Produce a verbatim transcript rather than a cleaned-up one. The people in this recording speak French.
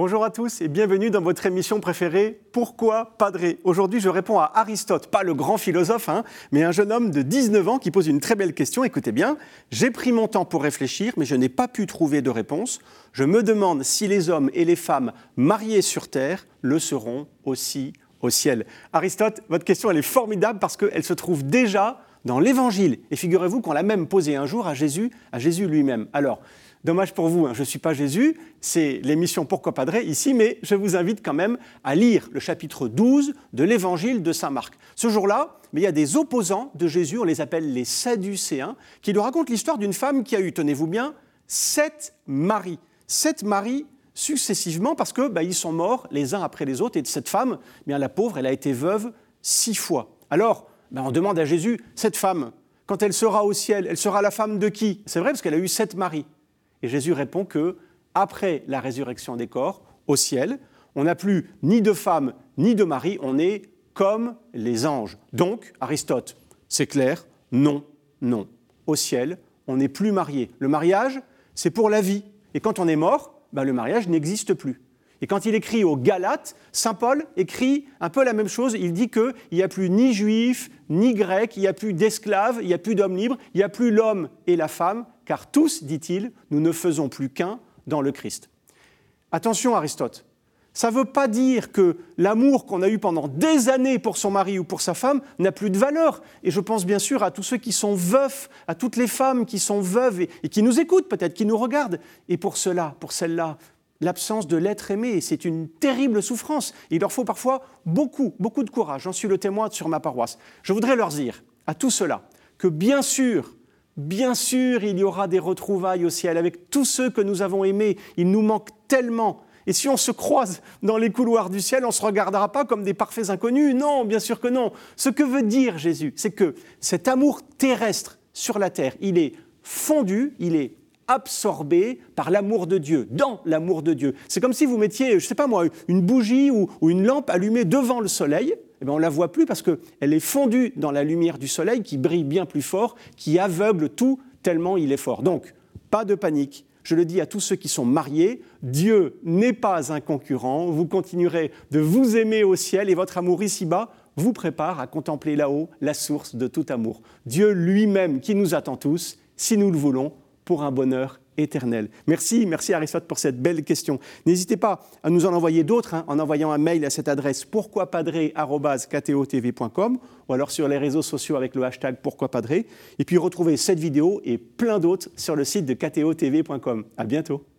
Bonjour à tous et bienvenue dans votre émission préférée « Pourquoi Padre ?» Aujourd'hui, je réponds à Aristote, pas le grand philosophe, hein, mais un jeune homme de dix-neuf ans qui pose une très belle question. Écoutez bien, j'ai pris mon temps pour réfléchir, mais je n'ai pas pu trouver de réponse. Je me demande si les hommes et les femmes mariés sur terre le seront aussi au ciel. Aristote, votre question, elle est formidable parce qu'elle se trouve déjà dans l'Évangile. Et figurez-vous qu'on l'a même posée un jour à Jésus, à Jésus lui-même. Alors, dommage pour vous, hein, je ne suis pas Jésus, c'est l'émission Pourquoi Padre ici, mais je vous invite quand même à lire le chapitre douze de l'Évangile de saint Marc. Ce jour-là, mais il y a des opposants de Jésus, on les appelle les Sadducéens, qui nous racontent l'histoire d'une femme qui a eu, tenez-vous bien, sept maris. Sept maris successivement parce que bah, ils sont morts les uns après les autres. Et cette femme, bien, la pauvre, elle a été veuve six fois. Alors, bah, on demande à Jésus, cette femme, quand elle sera au ciel, elle sera la femme de qui ? C'est vrai parce qu'elle a eu sept maris. Et Jésus répond que après la résurrection des corps, au ciel, on n'a plus ni de femme ni de mari, on est comme les anges. Donc, Aristote, c'est clair, non, non. Au ciel, on n'est plus marié. Le mariage, c'est pour la vie. Et quand on est mort, ben le mariage n'existe plus. Et quand il écrit aux Galates, saint Paul écrit un peu la même chose. Il dit qu'il n'y a plus ni juifs, ni grecs, il n'y a plus d'esclaves, il n'y a plus d'hommes libres, il n'y a plus l'homme et la femme, car tous, dit-il, nous ne faisons plus qu'un dans le Christ. Attention Aristote, ça ne veut pas dire que l'amour qu'on a eu pendant des années pour son mari ou pour sa femme n'a plus de valeur. Et je pense bien sûr à tous ceux qui sont veufs, à toutes les femmes qui sont veuves et, et qui nous écoutent peut-être, qui nous regardent. Et pour cela, pour celles-là, l'absence de l'être aimé, c'est une terrible souffrance. Il leur faut parfois beaucoup, beaucoup de courage. J'en suis le témoin sur ma paroisse. Je voudrais leur dire, à tous ceux-là, que bien sûr, bien sûr, il y aura des retrouvailles au ciel avec tous ceux que nous avons aimés. Il nous manque tellement. Et si on se croise dans les couloirs du ciel, on ne se regardera pas comme des parfaits inconnus. Non, bien sûr que non. Ce que veut dire Jésus, c'est que cet amour terrestre sur la terre, il est fondu, il est absorbé par l'amour de Dieu, dans l'amour de Dieu. C'est comme si vous mettiez, je ne sais pas moi, une bougie ou, ou une lampe allumée devant le soleil. Eh bien, on ne la voit plus parce qu'elle est fondue dans la lumière du soleil qui brille bien plus fort, qui aveugle tout tellement il est fort. Donc, pas de panique. Je le dis à tous ceux qui sont mariés, Dieu n'est pas un concurrent. Vous continuerez de vous aimer au ciel et votre amour ici-bas vous prépare à contempler là-haut la source de tout amour. Dieu lui-même qui nous attend tous, si nous le voulons, pour un bonheur éternel. Merci, merci Aristote pour cette belle question. N'hésitez pas à nous en envoyer d'autres hein, en envoyant un mail à cette adresse pourquoipadre arobase k t o t v point com ou alors sur les réseaux sociaux avec le hashtag pourquoipadre. Et puis retrouvez cette vidéo et plein d'autres sur le site de k t o t v point com. À bientôt.